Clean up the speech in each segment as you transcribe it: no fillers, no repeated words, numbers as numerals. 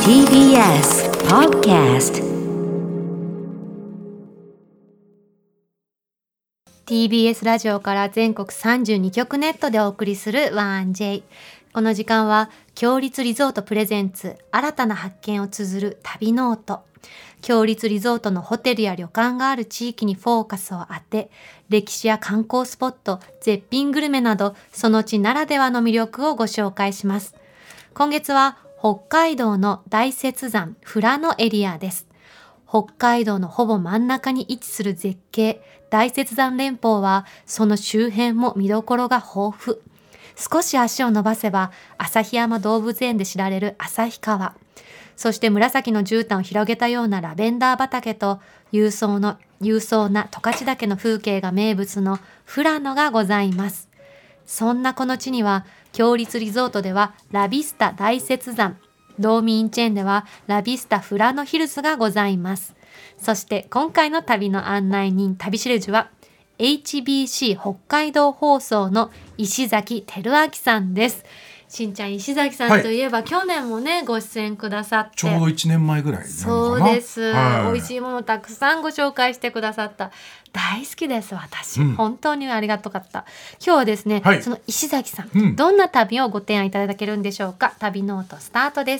TBS Podcast TBS ラジオから全国32局ネットでお送りする 1J。 この時間は強立リゾートプレゼンツ新たな発見を綴る旅ノート。強立リゾートのホテルや旅館がある地域にフォーカスを当て、歴史や観光スポット、絶品グルメなどその地ならではの魅力をご紹介します。今月は北海道の大雪山富良野エリアです。北海道のほぼ真ん中に位置する絶景大雪山連峰はその周辺も見どころが豊富。少し足を伸ばせば旭山動物園で知られる旭川、そして紫の絨毯を広げたようなラベンダー畑と勇壮な十勝岳の風景が名物の富良野がございます。そんなこの地には強立リゾートではラビスタ大雪山、ドーミーインチェーンではラビスタ富良野ヒルズがございます。そして今回の旅の案内人、旅しるじは HBC 北海道放送の石崎照明さんです。しんちゃん、石崎さんといえば、去年もねご出演くださって、 ちょうど1年前ぐらいなのかな。 そうです、美味しいものたくさんご紹介してくださった。大好きです私、本当にありがたかった。今日はですね、その石崎さん、どんな旅をご提案いただけるんでしょうか。旅ノートスタートです。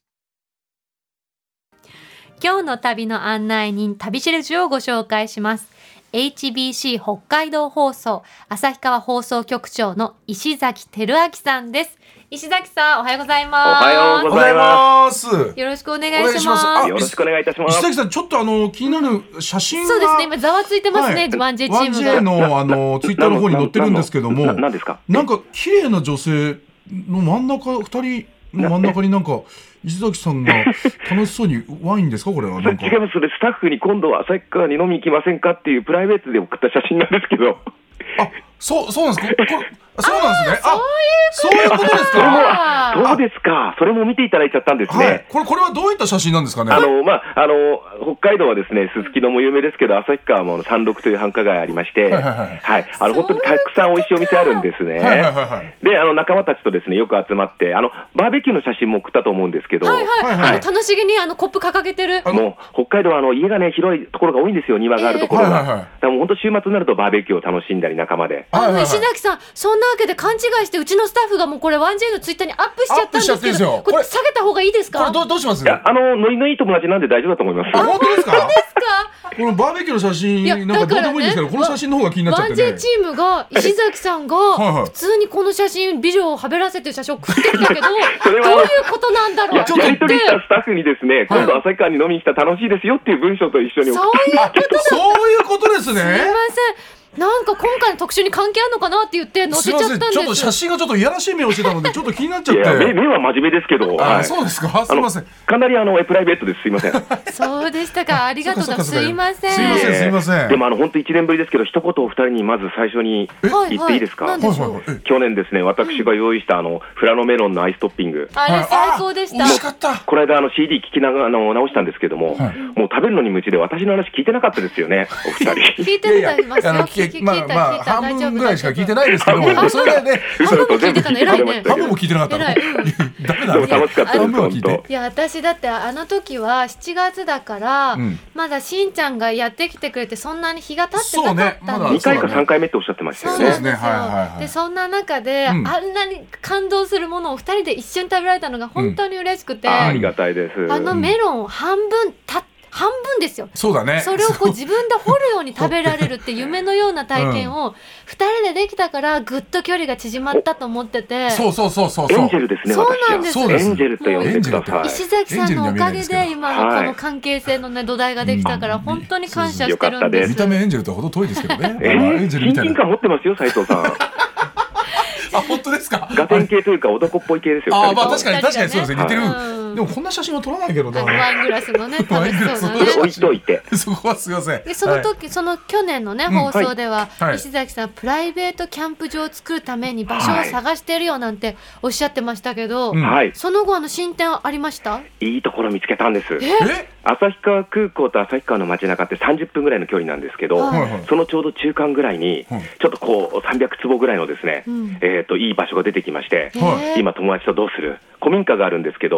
今日の旅の案内人、旅しるじをご紹介します。HBC 北海道放送旭川放送局長の石崎照明さんです。石崎さん、おはようございます。 おはようございます。 よろしくお願いします。 よろしくお願いいたします。 石崎さん、ちょっと気になる写真が、 そうですね、今ざわついてますね、1J チームが。 1J のツイッターの方に載ってるんですけども、 何ですか。 なんか綺麗な女性の真ん中、2人の真ん中になんか石崎さんが楽しそうにワインですか、これは。なんか違います。それスタッフに今度は旭川に飲み行きませんかっていうプライベートで送った写真なんですけど。 そうなんですか。そうなんですね。そういうことですか。 そうですか。それも見ていただいちゃったんですね。 これはどういった写真なんですかね。 北海道はですね、すすきのも有名ですけど、旭川も山麓という繁華街ありまして、本当にたくさん美味しいお店あるんですね。で、仲間たちとですね、よく集まって、バーベキューの写真も送ったと思うんですけど、 楽しげにコップ掲げてる。 もう北海道は家がね、広いところが多いんですよ、庭があるところが。だからもう本当週末になるとバーベキューを楽しんだり、仲間で。 石崎さん、そんなわけで勘違いしてうちのスタッフがもうこれ 1J のツイッターにアップしちゃったんですけど、これ下げた方がいいですか。 これどうします。 ノリのいい友達なんで大丈夫だと思います。 本当ですか。このバーベキューの写真なんかどうでもいいんですけど、この写真の方が気になっちゃってね。 1J チームが石崎さんが普通にこの写真美女をはべらせてる写真を送ってきたけど、どういうことなんだろう。 やり取りしたスタッフにですね、今度旭川に飲みに来たら楽しいですよっていう文章と一緒に送って。 そういうことですね。 すいません、なんか今回の特集に関係あるのかなって言って載せちゃったんです。 ちょっと写真がちょっといやらしい目をしてたのでちょっと気になっちゃって。 目は真面目ですけど。 そうですか。すいません。 かなりプライベートです。すいません。 そうでしたか。ありがとうございます。すいません。 すいません。 でも本当1年ぶりですけど、一言お二人にまず最初に言っていいですか。去年ですね、私が用意した富良野メロンのアイストッピング、 あれ最高でした。 美味しかった。 この間CD 聞きながら直したんですけども、もう食べるのに夢中で私の話聞いてなかったですよね、お二人。 聞いてますよ。聞いた半分ぐらいしか聞いてないですけども、それでね、 半分も聞いてたの偉いね。 半分も聞いてなかったの。ダメだ。 楽しかったです。本当。 いや、私だって時は7月だから、まだしんちゃんがやってきてくれてそんなに日が経ってなかったんです。 2回か3回目っておっしゃってましたよね。 そうですね。 でそんな中であんなに感動するものを2人で一緒に食べられたのが本当に嬉しくて、 ありがたいです。 メロンを半分ですよ。 そうだね。 それを自分で掘るように食べられるって夢のような体験を2人でできたからぐっと距離が縮まったと思ってて。 そう。 エンジェルですね。 そうなんです。 エンジェルと呼んでください。 石崎さんのおかげで今のこの関係性のね土台ができたから本当に感謝してるんです。 見た目エンジェルとはほど遠いですけどね。 親近感持ってますよ、斉藤さん。 本当ですか。 ガテン系というか男っぽい系ですよ。 まあ確かにそうですね。似てる。でもこんな写真は撮らないけどな。 ワイングラスのね、楽しそうなね。 置いといて。 そこはすいません。 でその時、その去年のね放送では石崎さんプライベートキャンプ場を作るために場所を探してるよなんておっしゃってましたけど、その後進展ありました？ いいところ見つけたんです。旭川空港と旭川の街中って30分ぐらいの距離なんですけど、そのちょうど中間ぐらいにちょっとこう300坪ぐらいのですね、いい場所が出てきまして、今友達とどうする古民家があるんですけど、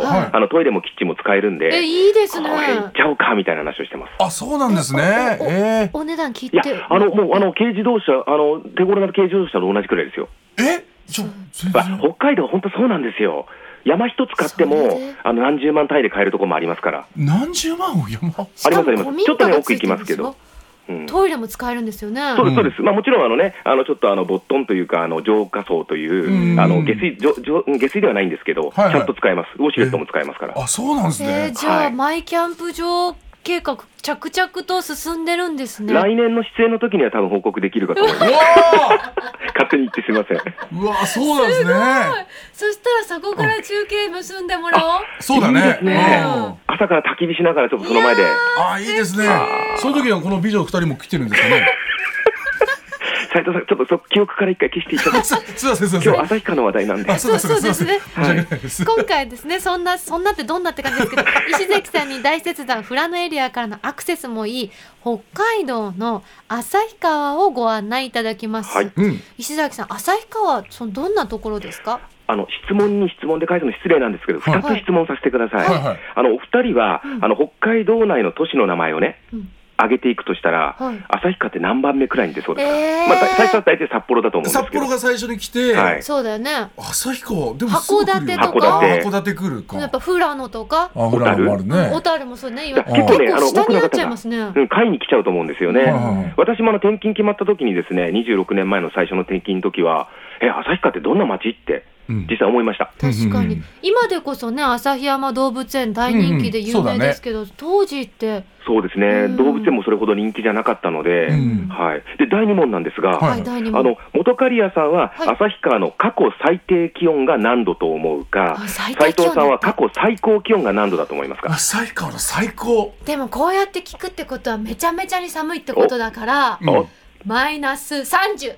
トイレもキッチンも使えるんで、 いいですね。 これ行っちゃおうかみたいな話をしてます。 あ、そうなんですね。 お値段聞いいや、 て。 もう軽自動車、手頃な軽自動車と同じくらいですよ。北海道本当そうなんですよ。山一つ買っても何十万単位で買えるところもありますから。 何十万を山ありますあります。ちょっとね奥行きますけど。 トイレも使えるんですよね。 そうですそうです。もちろんちょっとボットンというか浄化層という下水ではないんですけど、ちゃんと使えます。ウォシュレットも使えますから。 あ、そうなんですね。 じゃあマイキャンプ場計画着々と進んでるんですね。 来年の出演の時には多分報告できるかと思います。勝手に言ってすみません。 うわ、そうなんですね。 そしたらそこから中継結んでもらおう。 そうだね。 朝から焚き火しながらちょっとその前で。 あ、いいですね。その時はこの美女2人も来てるんですかね。 斉藤さん、ちょっと記憶から一回消していただいて。すいません。今日旭川の話題なんで。 そうですね。今回ですね、そんなってどんなって感じですけど、石崎さんに大雪山富良野エリアからのアクセスもいい北海道の旭川をご案内いただきます。石崎さん、旭川どんなところですか？ 質問に質問で返すの失礼なんですけど、2つ質問させてください。お二人は北海道内の都市の名前をね、上げていくとしたら、旭川って何番目くらいに出そうですか？最初は大体札幌だと思うんですけど。 札幌が最初に来て、 そうだよね。 旭川でも函館とか、 函館来るか。 やっぱ富良野とか、 小樽もあるね。 小樽もそうね。 結構ね、 下になっちゃいますね。 買いに来ちゃうと思うんですよね。私も転勤決まった時にですね、26年前の最初の転勤の時は、旭川ってどんな街って実際思いました。 確かに今でこそね、旭山動物園大人気で有名ですけど、当時ってそうですね、動物園もそれほど人気じゃなかったので、で第2問なんですが、本刈谷さんは旭川の過去最低気温が何度と思うか、斉藤さんは過去最高気温が何度だと思いますか？ 旭川の最高。 でもこうやって聞くってことはめちゃめちゃに寒いってことだから、マイナス30。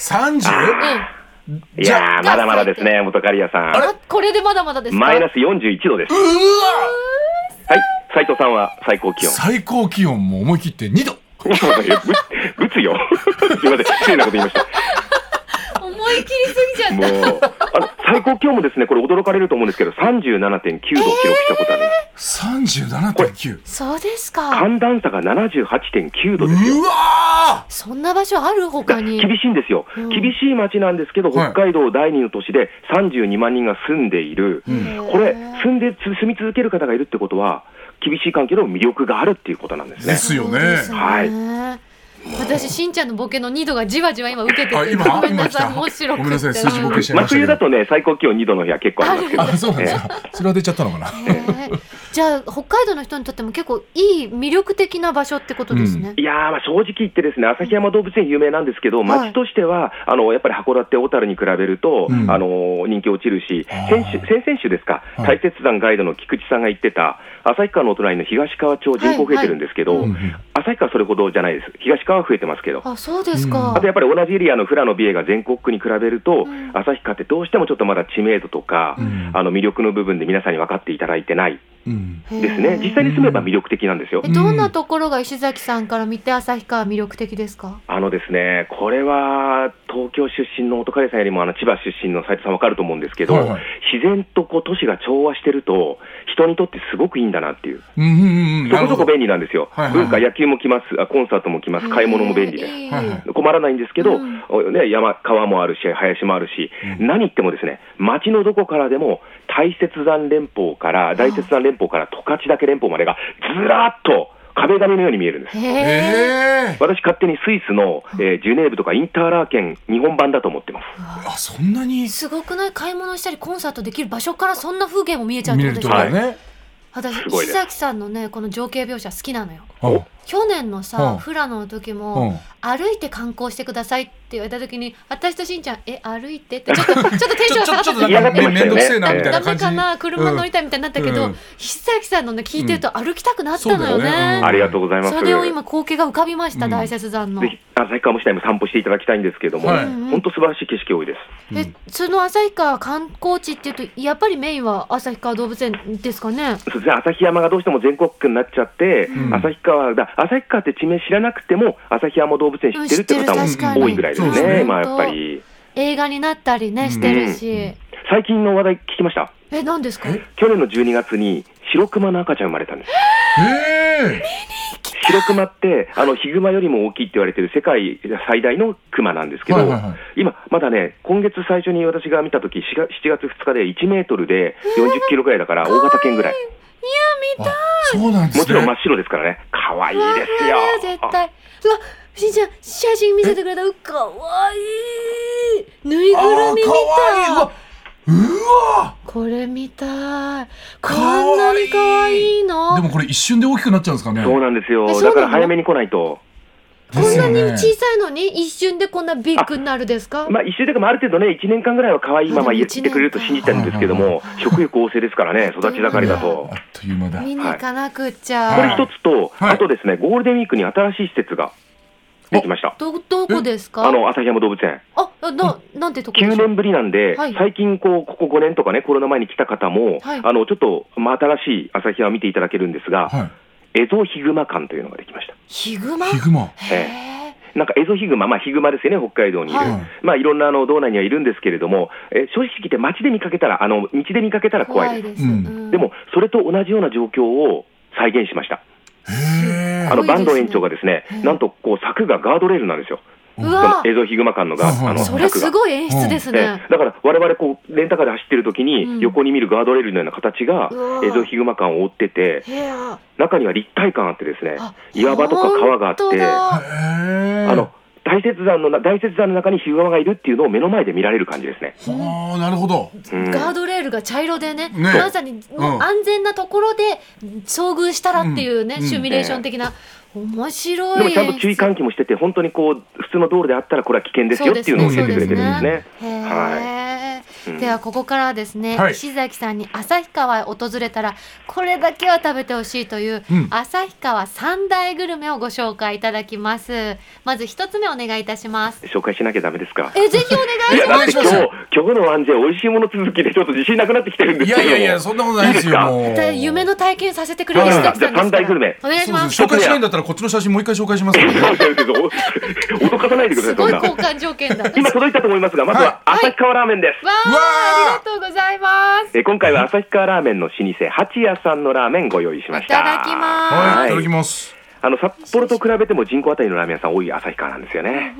いやー、まだまだですね、本刈谷さん。 これでまだまだですか？ マイナス41度です。はい、斉藤さんは最高気温。 最高気温も思い切って2度。 打つよ。すいません、失礼なこと言いました。 思い切りすぎちゃった。 もう最高気温もですね、これ驚かれると思うんですけど、37.9 度を記録したことある。 37.9。 そうですか。 寒暖差が 78.9 度ですよ。 うわー、そんな場所ある？他に厳しいんですよ。厳しい街なんですけど、北海道第2の都市で32万人が住んでいる。これ住み続ける方がいるってことは、厳しい環境でも魅力があるっていうことなんですね。 ですよね。 はい。 私、しんちゃんのボケの2度がじわじわ今受けてて、 ごめんなさい、面白くて。 ごめんなさい、数字ボケしちゃいましたけど。 冬だとね、最高気温2度の日は結構ありますけど。 そうなんですか。それは出ちゃったのかな。 じゃあ北海道の人にとっても結構いい魅力的な場所ってことですね。 いやー、正直言ってですね、旭山動物園有名なんですけど、街としてはやっぱり函館、小樽に比べると人気落ちるし、先々週ですか、大雪山ガイドの菊池さんが言ってた旭川のお隣の東川町、人口増えてるんですけど、旭川それほどじゃないです。東川は増えてますけど。 あ、そうですか。 あとやっぱり同じエリアの富良野美瑛が全国区に比べると、旭川ってどうしてもちょっとまだ知名度とか魅力の部分で皆さんに分かっていただいてないですね。実際に住めば魅力的なんですよ。 どんなところが石崎さんから見て旭川魅力的ですか？ ですね、これは東京出身の本刈さんよりも千葉出身の斉藤さん分かると思うんですけど、自然と都市が調和してると人にとってすごくいいんだなっていう、そこそこ便利なんですよ。文化、野球も来ます、コンサートも来ます、買い物も便利です、困らないんですけど、川もあるし林もあるし、何言ってもですね、町のどこからでも大雪山連峰から十勝岳連峰までがずらっと壁紙のように見えるんです。私勝手にスイスの、ジュネーブとかインターラーケン日本版だと思ってます。 そんなにすごくない？買い物したりコンサートできる場所からそんな風景も見えちゃうってことですね。私、石崎さんのね、この情景描写好きなのよ。去年のさ、富良野の時も、歩いて観光してくださいって言われた時に、私としんちゃん、歩いてってちょっとテンション下がってて、めんどくせえなみたいな感じ。 ダメかな、車乗りたいみたいになったけど、石崎さんのね、聞いてると歩きたくなったのよね。 ありがとうございます。 それを今光景が浮かびました、大雪山の。 ぜひ旭川もしたいも散歩していただきたいんですけども、本当素晴らしい景色多いです。 その旭川観光地っていうと、やっぱりメインは旭川動物園ですかね。 そうですね、旭山がどうしても全国区になっちゃって、旭川って地名知らなくても旭山動物園知ってるって方も多いぐらいですね。今やっぱり映画になったりねしてるし、 最近の話題聞きました？ 何ですか？ 去年の12月に白熊の赤ちゃん生まれたんです。白熊ってヒグマよりも大きいって言われてる世界最大の熊なんですけど、今まだね、今月最初に私が見たとき7月2日で1メートルで40キロぐらいだから大型犬ぐらい。 いや見たい。 そうなんですね。 もちろん真っ白ですからね。可愛いですよ。 絶対。うわ、しんちゃん写真見せてくれた。可愛い。ぬいぐるみみたい。 うわ、 これ見たい。こんなに可愛いの？ でもこれ一瞬で大きくなっちゃうんですかね。 そうなんですよ。だから早めに来ないと。 こんなに小さいのに一瞬でこんなビッグになるですか？ 一瞬でもある程度ね、1年間ぐらいは可愛いまま言ってくれると信じてるんですけども、食欲旺盛ですからね、育ち盛りだと。 あっという間だ。 見に行かなくっちゃ。 これ一つと、あとですね、ゴールデンウィークに新しい施設ができました。 どこですか？ 旭山動物園。 なんてとこでしょう？ 9年ぶりなんで、最近ここ5年とかね、コロナ前に来た方も、ちょっと新しい旭山を見ていただけるんですが、エゾヒグマ館というのができました。 ヒグマ？ なんかエゾヒグマ、ヒグマですよね、北海道にいる。いろんな道内にはいるんですけれども、正直言って街で見かけたら、道で見かけたら怖いです。でも、それと同じような状況を再現しました。バンド園長がですね、なんと柵がガードレールなんですよ。エゾヒグマ館のそれすごい演出ですね。 だから我々レンタカーで走ってる時に横に見るガードレールのような形がエゾヒグマ館を覆ってて、中には立体感あってですね、岩場とか川があって、大雪山の中にヒグマがいるっていうのを目の前で見られる感じですね。 なるほど。 ガードレールが茶色でね、まさに安全なところで遭遇したらっていうね、シミュレーション的な。面白い。 でもちゃんと注意喚起もしてて、本当に普通の道路であったらこれは危険ですよっていうのを教えてくれてるんですね。 ではここからはですね、石崎さんに旭川へ訪れたらこれだけは食べてほしいという旭川三大グルメをご紹介いただきます。まず一つ目お願いいたします。 紹介しなきゃダメですか？ ぜひお願いします。 今日のワンジェ美味しいもの続きでちょっと自信なくなってきてるんですけど。 いやそんなことないですよ。 夢の体験させてくれる石崎さんですから。 三大グルメお願いします。 紹介しないんだったらこっちの写真もう一回紹介しますからね。 脅かさないでください。 すごい交換条件だ。 今届いたと思いますが、まずは旭川ラーメンです。 ありがとうございます。 今回は旭川ラーメンの老舗八屋さんのラーメンご用意しました。 いただきます。 いただきます。 札幌と比べても人口あたりのラーメン屋さん多い旭川なんですよね。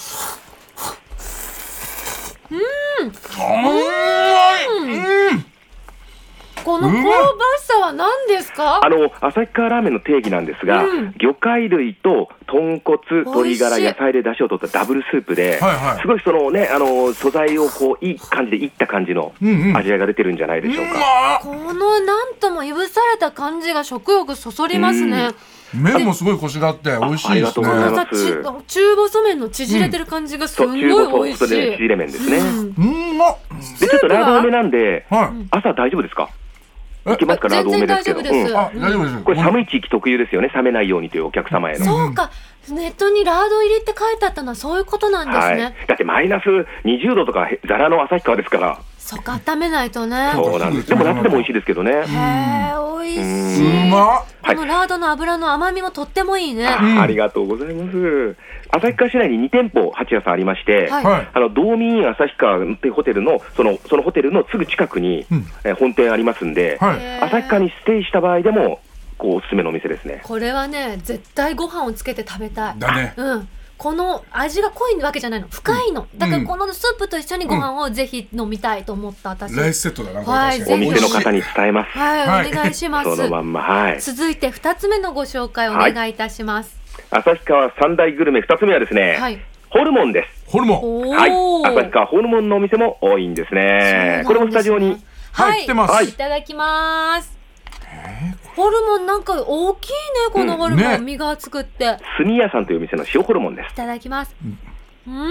この香ばしさは何ですか？ 旭川ラーメンの定義なんですが、魚介類と豚骨、鶏ガラ、野菜で出汁を取ったダブルスープで、すごい素材をいい感じでいった感じの味わいが出てるんじゃないでしょうか。 このなんともいぶされた感じが食欲そそりますね。 麺もすごいコシがあって美味しいですね。 中細麺の縮れてる感じがすごい美味しい。 縮れ麺ですね。 でちょっとラード多めなんで、朝大丈夫ですか？いけますか？ラード多めですけど。 大丈夫です。 これ寒い地域特有ですよね。冷めないようにというお客様への。 そうか。ネットにラード入りって書いてあったのはそういうことなんですね。 だってマイナス20度とかザラの旭川ですから。 そっか、温めないとね。 そうなんです。でも夏でも美味しいですけどね。 美味しい。このラードの油の甘みもとってもいいね。 ありがとうございます。旭川市内に2店舗八屋さんありまして、道民院旭川っていうホテルのそのホテルのすぐ近くに本店ありますんで、旭川にステイした場合でもおすすめのお店ですね。 これはね、絶対ご飯をつけて食べたい。 だね。 この味が濃いわけじゃないの、深いの。だからこのスープと一緒にご飯をぜひ飲みたいと思った私。 ライスセットだな。 お店の方に伝えます。 お願いします。 そのまんま。 続いて2つ目のご紹介お願いいたします。 旭川三大グルメ2つ目はですね、ホルモンです。 ホルモン。 旭川ホルモンのお店も多いんですね。これもスタジオに来てます。 いただきます。ホルモンなんか大きいね、このホルモン、身が厚くって。 炭屋さんというお店の塩ホルモンです。 いただきます。 うま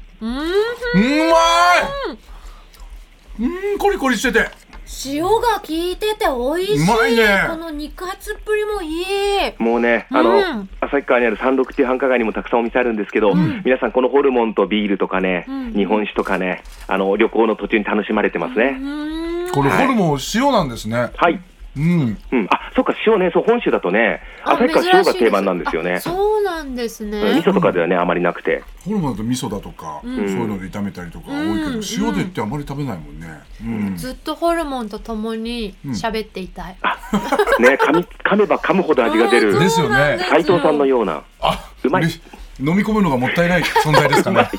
い。コリコリしてて塩が効いてて美味しい。うまいね。この肉厚っぷりもいい。 もうね、旭川にある三六っていう繁華街にもたくさんお店あるんですけど、皆さんこのホルモンとビールとかね、日本酒とかね、旅行の途中に楽しまれてますね。 これホルモン塩なんですね。 そうか、塩ね、そう、本州だとね、旭川塩が定番なんですよね。 そうなんですね。 味噌とかではね、あまりなくて。 ホルモンだと味噌だとか、そういうので炒めたりとか多いけど、塩でってあまり食べないもんね。 ずっとホルモンと共に喋っていたい。 ね、噛めば噛むほど味が出る。 ですよね。 斉藤さんのような。うまい。 飲み込むのがもったいない存在ですかね。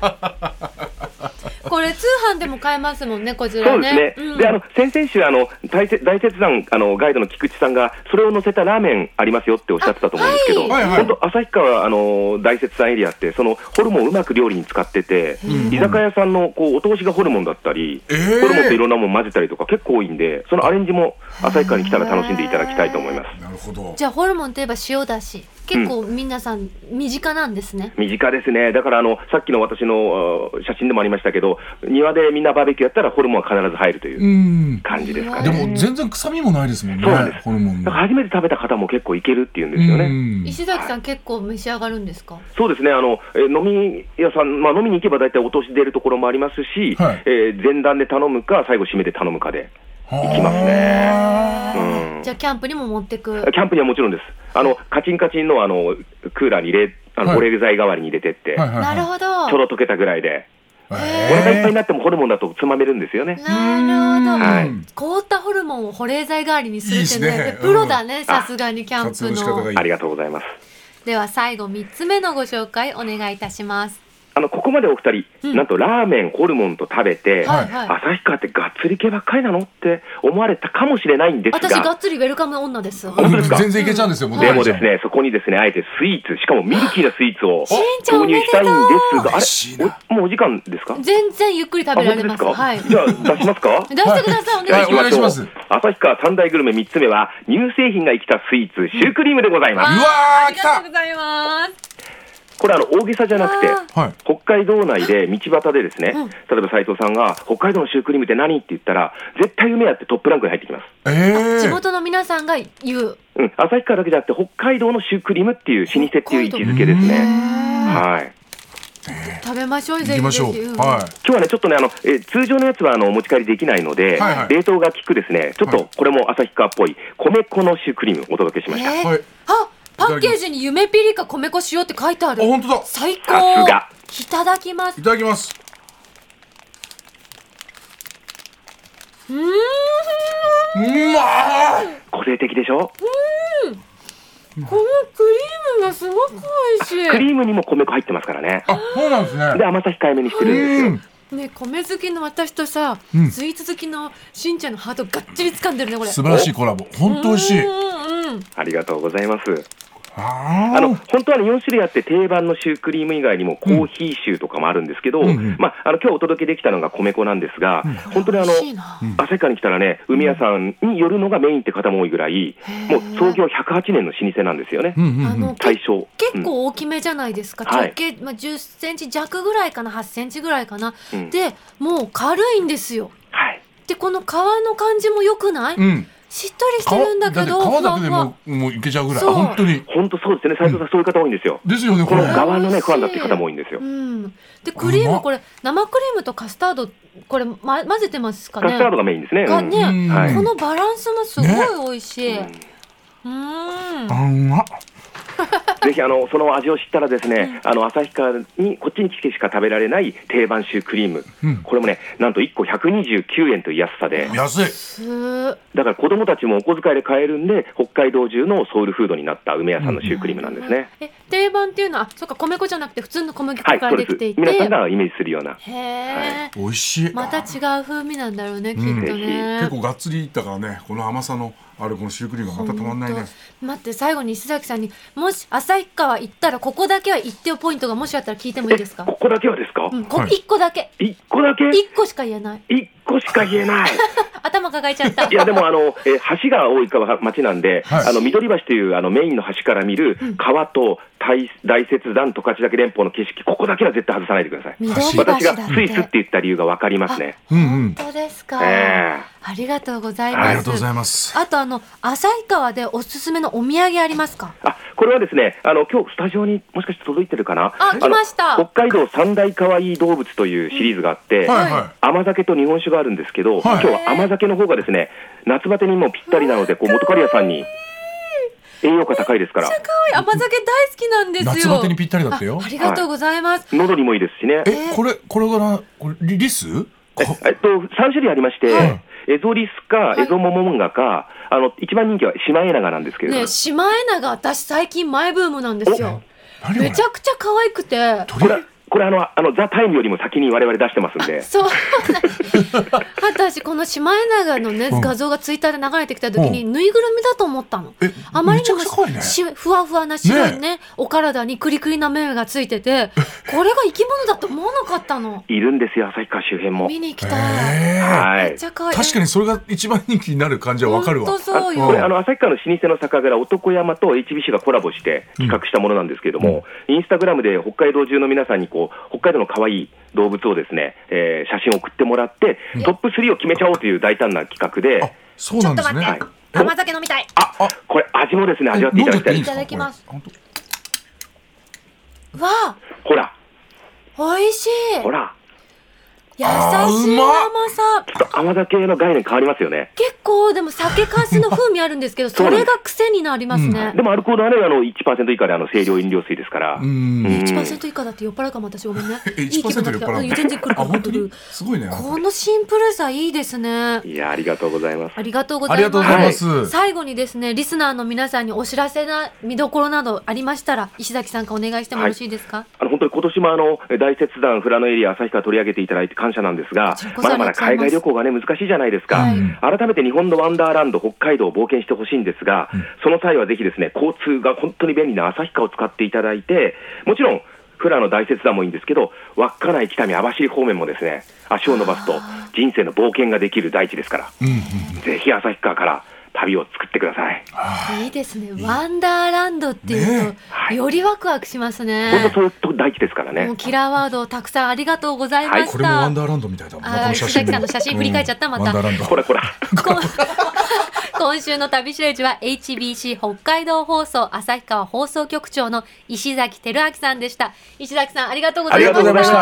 これ通販でも買えますもんね、こちらね。 そうですね。で、先々週大雪山ガイドの菊池さんがそれを乗せたラーメンありますよっておっしゃってたと思うんですけど、本当旭川大雪山エリアってそのホルモンをうまく料理に使ってて、居酒屋さんのお通しがホルモンだったり、ホルモンといろんなもの混ぜたりとか結構多いんで、そのアレンジも旭川に来たら楽しんでいただきたいと思います。 なるほど。 じゃあホルモンといえば塩だし、結構皆さん身近なんですね。 身近ですね。だからさっきの私の写真でもありましたけど、庭でみんなバーベキューやったらホルモンは必ず入るという感じですかね。 でも全然臭みもないですもんね。 そうなんです。 ホルモンだから初めて食べた方も結構いけるっていうんですよね。 石崎さん、結構召し上がるんですか？ そうですね。飲み屋さん、飲みに行けば大体お通し出るところもありますし、前段で頼むか最後締めで頼むかで行きますね。 じゃあキャンプにも持ってく？ キャンプにはもちろんです。カチンカチンのクーラーに入れ、保冷剤代わりに入れてって、 なるほど。 ちょろ溶けたぐらいで。お腹いっぱいになってもホルモンだとつまめるんですよね。 なるほど。凍ったホルモンを保冷剤代わりにするってね、プロだね、さすがにキャンプの。 ありがとうございます。 では最後3つ目のご紹介お願いいたします。 ここまでお二人、なんとラーメン、ホルモンと食べて、旭川ってがっつり系ばっかりなのって思われたかもしれないんですが、 私がっつりウェルカム女です。 全然いけちゃうんですよ。 でもですね、そこにですね、あえてスイーツ、しかもミルキーなスイーツを投入したいんですが、もうお時間ですか？ 全然ゆっくり食べられます。 はい。じゃあ出しますか？ 出してください。 お願いします。 旭川三大グルメ3つ目は乳製品が生きたスイーツ、シュークリームでございます。 うわー、来た。ありがとうございます。 これ大げさじゃなくて、北海道内で道端でですね、例えば斉藤さんが北海道のシュークリームって何って言ったら、絶対梅屋ってトップランクに入ってきます。 地元の皆さんが言う。 旭川だけじゃなくて北海道のシュークリームっていう老舗っていう位置づけですね。はい。 食べましょう。ぜひ。 今日はね、ちょっとね、通常のやつはお持ち帰りできないので、冷凍が効くですね、ちょっとこれも旭川っぽい米粉のシュークリームをお届けしました。 パッケージに夢ピリカ米粉塩って書いてある。 本当だ。 最高。いただきます。 いただきます。 うまい。個性的でしょ。 このクリームがすごく美味しい。 クリームにも米粉入ってますからね。 そうなんですね。 で、甘さ控えめにしてるんですよ。 ね、米好きの私とさ、スイーツ好きのしんちゃんのハートがっちり掴んでるね、これ。 素晴らしいコラボ。本当美味しい。 ありがとうございます。本当は4種類あって定番のシュークリーム以外にもコーヒーシューとかもあるんですけど、今日お届けできたのが米粉なんですが、本当に旭川に来たらね、梅屋さんに寄るのがメインって方も多いぐらい、もう創業108年の老舗なんですよね。大正結構大きめじゃないですか。直径10センチ弱ぐらいかな、8センチぐらいかな。でもう軽いんですよ。でこの皮の感じも良くない？しっとりしてるんだけど、 皮だけでもういけちゃうぐらい。本当に。 本当そうですね。斉藤さんそういう方多いんですよ。 ですよね。 この側のね不安だっていう方も多いんですよ。 でクリームこれ生クリームとカスタードこれ混ぜてますかね。 カスタードがメインですね。 このバランスもすごい美味しい。 ぜひその味を知ったらですね、旭川にこっちに来てしか食べられない定番シュークリーム、これもねなんと1個129円という安さで、 安い。 だから子供たちもお小遣いで買えるんで、北海道中のソウルフードになった梅屋さんのシュークリームなんですね。 定番っていうのはそうか、米粉じゃなくて普通の小麦粉からできていて、 皆さんがイメージするような。 美味しい。 また違う風味なんだろうね、きっとね。 結構がっつりいったからね、この甘さのあるこのシュークリームがまたたまんないね。 待って、最後に石崎さんにもし旭川行ったらここだけは行ってよポイントがもしあったら聞いてもいいですか？ ここだけはですか ？1個だけ。 1個だけ ？1個しか言えない。 1個しか言えない頭抱えちゃった。 いやでも橋が多い町なんで、緑橋というメインの橋から見る川と大雪山十勝岳連峰の景色、ここだけは絶対外さないでください。私がスイスって言った理由が分かりますね。 本当ですか、ありがとうございます。 ありがとうございます。 あと旭川でおすすめのお土産ありますか？ これはですね、今日スタジオにもしかして届いてるかな。 来ました。 北海道三大かわいい動物というシリーズがあって、甘酒と日本酒があるんですけど、今日は甘酒の方がですね、夏バテにもぴったりなので、元刈谷さんに栄養価高いですから。 甘酒大好きなんですよ。 夏バテにぴったりだったよ。 ありがとうございます。 喉にもいいですしね。 これがリス ？3種類ありまして、エゾリスかエゾモモンガか、一番人気はシマエナガなんですけれども。 シマエナガ、私最近マイブームなんですよ。めちゃくちゃ可愛くて。 これザ・タイムよりも先に我々出してますんで。 そう私このシマエナガのね、画像がツイッターで流れてきた時に、ぬいぐるみだと思ったの。あまりにもふわふわな白いね、お体にクリクリな目がついてて、これが生き物だと思わなかったの。 いるんですよ、旭川周辺も。 見に行きたい。めっちゃ可愛い。 確かにそれが一番人気になる感じはわかるわ。 本当そうよ。 これ旭川の老舗の酒蔵男山と HBC がコラボして企画したものなんですけれども、インスタグラムで北海道中の皆さんに北海道の可愛い動物をですね、写真を送ってもらってトップ3を決めちゃおうという大胆な企画で。 そうなんですね。 ちょっと待って、甘酒飲みたい。 これ味もですね、味わっていただきたい。 いただきます。わあ、 ほら美味しい。 ほら優しい甘さ。 ちょっと甘酒の概念変わりますよね。 結構でも酒粕の風味あるんですけどそれが癖になりますね。 でもアルコールはね、1% 以下で清涼飲料水ですから。 1% 以下だって酔っ払うかも。私ごめんね。 1% 酔っ払う。 全然くるくる。 本当にすごいね。 このシンプルさいいですね。 いや、ありがとうございます。 ありがとうございます。最後にですね、リスナーの皆さんにお知らせな見どころなどありましたら石崎さんからお願いしてもよろしいですか？ 本当に今年も大雪山富良野エリア旭川取り上げていただいて感謝なんですが、まだまだ海外旅行がね難しいじゃないですか。改めて日本のワンダーランド北海道を冒険してほしいんですが、その際はぜひですね、交通が本当に便利な旭川を使っていただいて、もちろん富良野大雪山もいいんですけど、稚内北見網走方面もですね、足を伸ばすと人生の冒険ができる大地ですから、ぜひ旭川から旅を作ってください。 いいですね。ワンダーランドっていうと、よりワクワクしますね。 本当そういう大地ですからね。 もうキラーワードをたくさんありがとうございました。 これもワンダーランドみたいだもん。 石崎さんの写真振り返っちゃった。またこら今週の旅しるじは HBC 北海道放送旭川放送局長の石崎照明さんでした。石崎さんありがとうございました。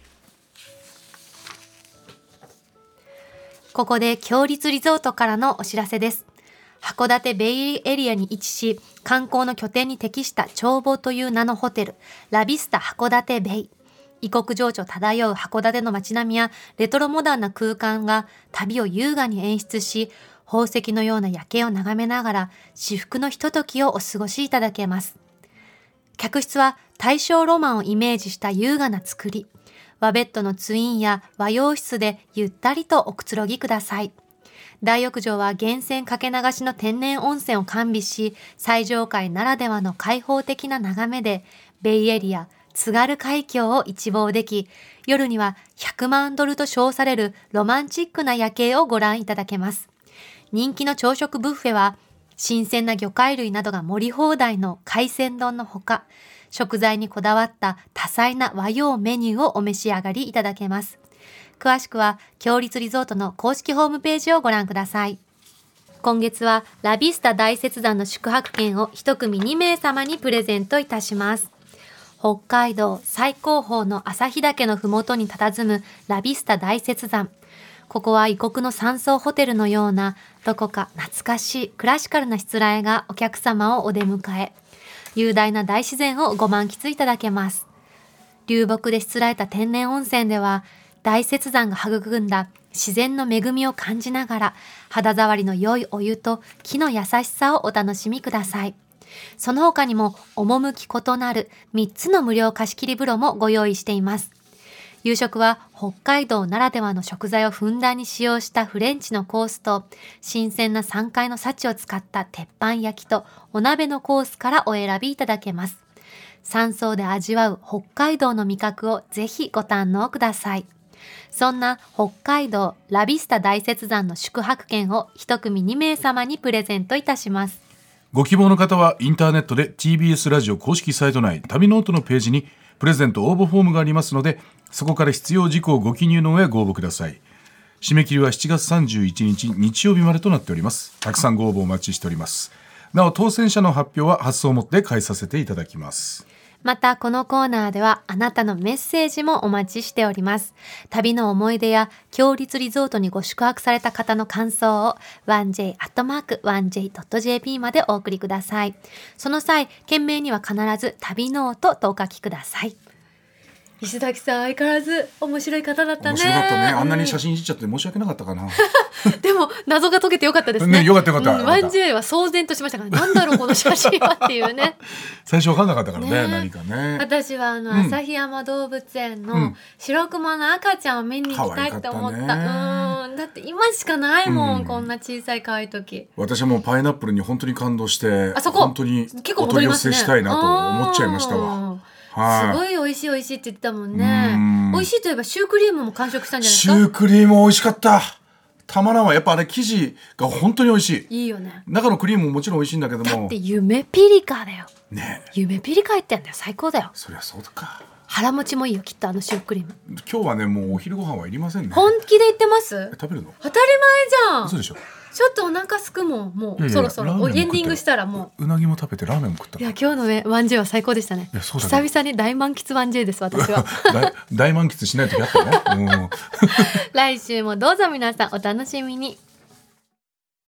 ここで強立リゾートからのお知らせです。函館ベイエリアに位置し、観光の拠点に適した眺望という名のホテル、ラビスタ函館ベイ。異国情緒漂う函館の街並みやレトロモダンな空間が旅を優雅に演出し、宝石のような夜景を眺めながら至福のひとときをお過ごしいただけます。客室は大正ロマンをイメージした優雅な作り。和ベッドのツインや和洋室でゆったりとおくつろぎください。大浴場は源泉かけ流しの天然温泉を完備し、最上階ならではの開放的な眺めで、ベイエリア、津軽海峡を一望でき、夜には100万ドルと称されるロマンチックな夜景をご覧いただけます。人気の朝食ブッフェは、新鮮な魚介類などが盛り放題の海鮮丼のほか、食材にこだわった多彩な和洋メニューをお召し上がりいただけます。詳しくは、強立リゾートの公式ホームページをご覧ください。今月は、ラビスタ大雪山の宿泊券を一組2名様にプレゼントいたします。北海道最高峰の旭岳のふもとに佇むラビスタ大雪山。ここは異国の山荘ホテルのような、どこか懐かしいクラシカルなしつらえがお客様をお出迎え。雄大な大自然をご満喫いただけます。流木でしつらえた天然温泉では、大雪山が育んだ自然の恵みを感じながら、肌触りの良いお湯と木の優しさをお楽しみください。その他にも、趣異なる3つの無料貸切風呂もご用意しています。夕食は北海道ならではの食材をふんだんに使用したフレンチのコースと、新鮮な山海の幸を使った鉄板焼きとお鍋のコースからお選びいただけます。山荘で味わう北海道の味覚をぜひご堪能ください。そんな北海道ラビスタ大雪山の宿泊券を一組2名様にプレゼントいたします。 ご希望の方はインターネットで TBS ラジオ公式サイト内旅ノートのページにプレゼント応募フォームがありますので、そこから必要事項をご記入の上ご応募ください。締め切りは7月31日日曜日までとなっております。たくさんご応募お待ちしております。なお当選者の発表は発送をもって返させていただきます。 またこのコーナーではあなたのメッセージもお待ちしております。旅の思い出や強立リゾートにご宿泊された方の感想を 1j@1j.jp までお送りください。その際件名には必ず旅ノートとお書きください。石崎さん相変わらず面白い方だったね。 面白かったね。あんなに写真いじっちゃって申し訳なかったかな。 でも謎が解けてよかったですね。 よかったよかった。 1J は騒然としましたから、なんだろうこの写真はっていうね。 最初分かんなかったからね、何かね。 私は旭山動物園の白熊の赤ちゃんを見に行きたいって思った。だって今しかないもん、こんな小さい可愛い時。 私はもうパイナップルに本当に感動して、 あそこ本当にお取り寄せしたいなと思っちゃいましたわ。 すごい美味しい美味しいって言ってたもんね。美味しいといえばシュークリームも完食したんじゃないですか。 シュークリーム美味しかった。たまらんわ。やっぱあれ生地が本当に美味しい。 いいよね。 中のクリームももちろん美味しいんだけども。 だって夢ピリカだよ。 ね。 夢ピリカ入ってんだよ。最高だよ。 そりゃそうか。 腹持ちもいいよきっとシュークリーム。 今日はねもうお昼ご飯はいりませんね。 本気で言ってます？ 食べるの？ 当たり前じゃん。 嘘でしょ。 ちょっとお腹すくもん。もうそろそろエンディングしたらもうなぎも食べてラーメンも食った。 いや今日のね 1J は最高でしたね。久々に大満喫 1J です私は。 大満喫しないときあったね。 来週もどうぞ皆さんお楽しみに。